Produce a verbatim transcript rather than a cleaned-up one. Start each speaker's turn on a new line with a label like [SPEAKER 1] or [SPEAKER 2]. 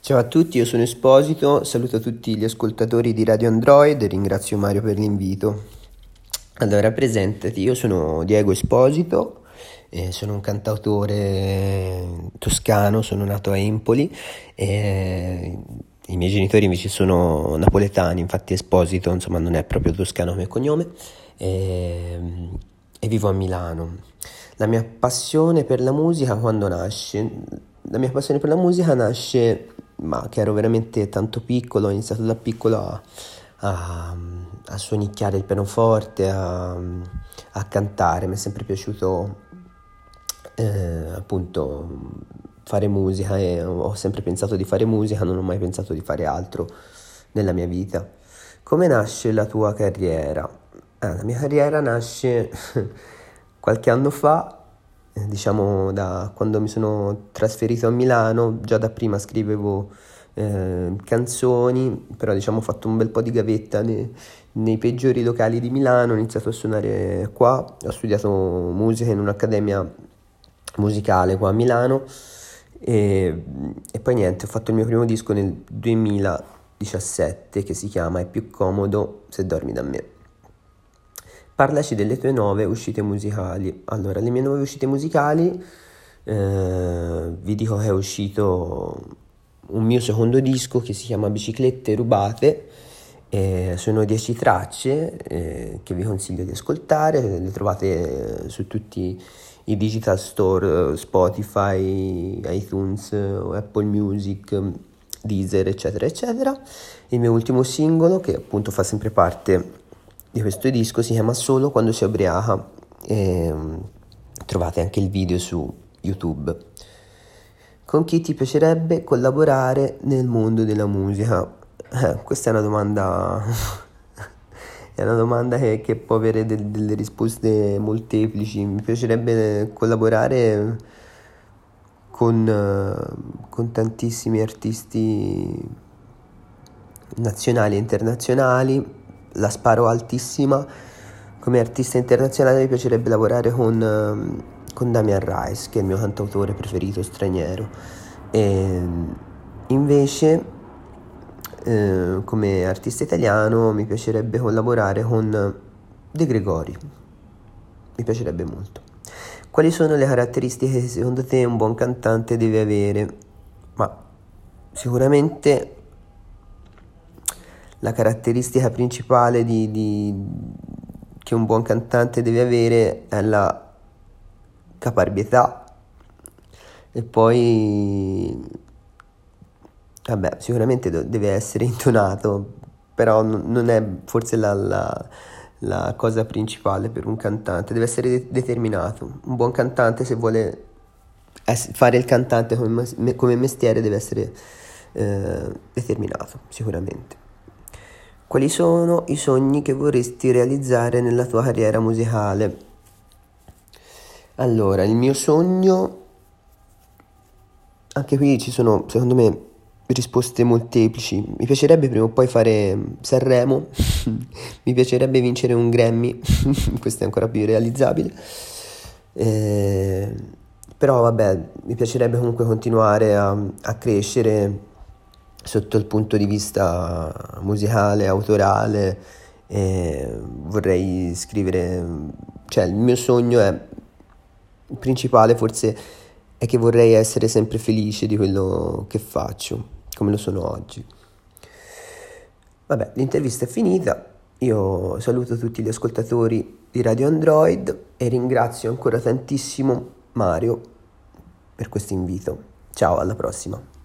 [SPEAKER 1] Ciao a tutti, io sono Esposito, saluto tutti gli ascoltatori di Radio Android e ringrazio Mario per l'invito. Allora, presentati, io sono Diego Esposito, eh, sono un cantautore toscano, sono nato a Empoli e i miei genitori invece sono napoletani, infatti Esposito insomma non è proprio toscano come cognome, e, e vivo a Milano. La mia passione per la musica quando nasce? La mia passione per la musica nasce, ma che ero veramente tanto piccolo, ho iniziato da piccolo a, a, a suonicchiare il pianoforte, a, a cantare, mi è sempre piaciuto eh, appunto fare musica e ho sempre pensato di fare musica, non ho mai pensato di fare altro nella mia vita. Come nasce la tua carriera? Ah, la mia carriera nasce qualche anno fa, diciamo da quando mi sono trasferito a Milano. Già da prima scrivevo eh, canzoni, però diciamo ho fatto un bel po' di gavetta nei, nei peggiori locali di Milano, ho iniziato a suonare qua, ho studiato musica in un'accademia musicale qua a Milano e, e poi niente, ho fatto il mio primo disco nel duemiladiciassette che si chiama È più comodo se dormi da me. Parlaci delle tue nuove uscite musicali. Allora, le mie nuove uscite musicali, eh, vi dico che è uscito un mio secondo disco che si chiama Biciclette rubate, eh, sono dieci tracce eh, che vi consiglio di ascoltare, le trovate su tutti i digital store, Spotify, iTunes, Apple Music, Deezer, eccetera, eccetera. Il mio ultimo singolo, che appunto fa sempre parte di questo disco, si chiama Solo quando si è ubriaca e trovate anche il video su YouTube. Con chi ti piacerebbe collaborare nel mondo della musica? Eh, questa è una domanda è una domanda che, che può avere del, delle risposte molteplici. Mi piacerebbe collaborare con, con tantissimi artisti nazionali e internazionali. La sparo altissima. Come artista internazionale mi piacerebbe lavorare con, con Damian Rice, che è il mio cantautore preferito straniero. E invece eh, come artista italiano mi piacerebbe collaborare con De Gregori, mi piacerebbe molto. Quali sono le caratteristiche che secondo te un buon cantante deve avere? Ma sicuramente la caratteristica principale di, di, che un buon cantante deve avere è la caparbietà, e poi vabbè, sicuramente do, deve essere intonato, però n- non è forse la, la, la cosa principale per un cantante. Deve essere de- determinato. Un buon cantante, se vuole es- fare il cantante come, me- come mestiere, deve essere eh, determinato, sicuramente. Quali sono i sogni che vorresti realizzare nella tua carriera musicale? Allora, il mio sogno, anche qui ci sono, secondo me, risposte molteplici. Mi piacerebbe prima o poi fare Sanremo, mi piacerebbe vincere un Grammy, questo è ancora più realizzabile. Eh, però vabbè, mi piacerebbe comunque continuare a, a crescere sotto il punto di vista musicale, autorale, e vorrei scrivere, cioè il mio sogno è il principale forse è che vorrei essere sempre felice di quello che faccio, come lo sono oggi. Vabbè, l'intervista è finita, io saluto tutti gli ascoltatori di Radio Android e ringrazio ancora tantissimo Mario per questo invito. Ciao, alla prossima.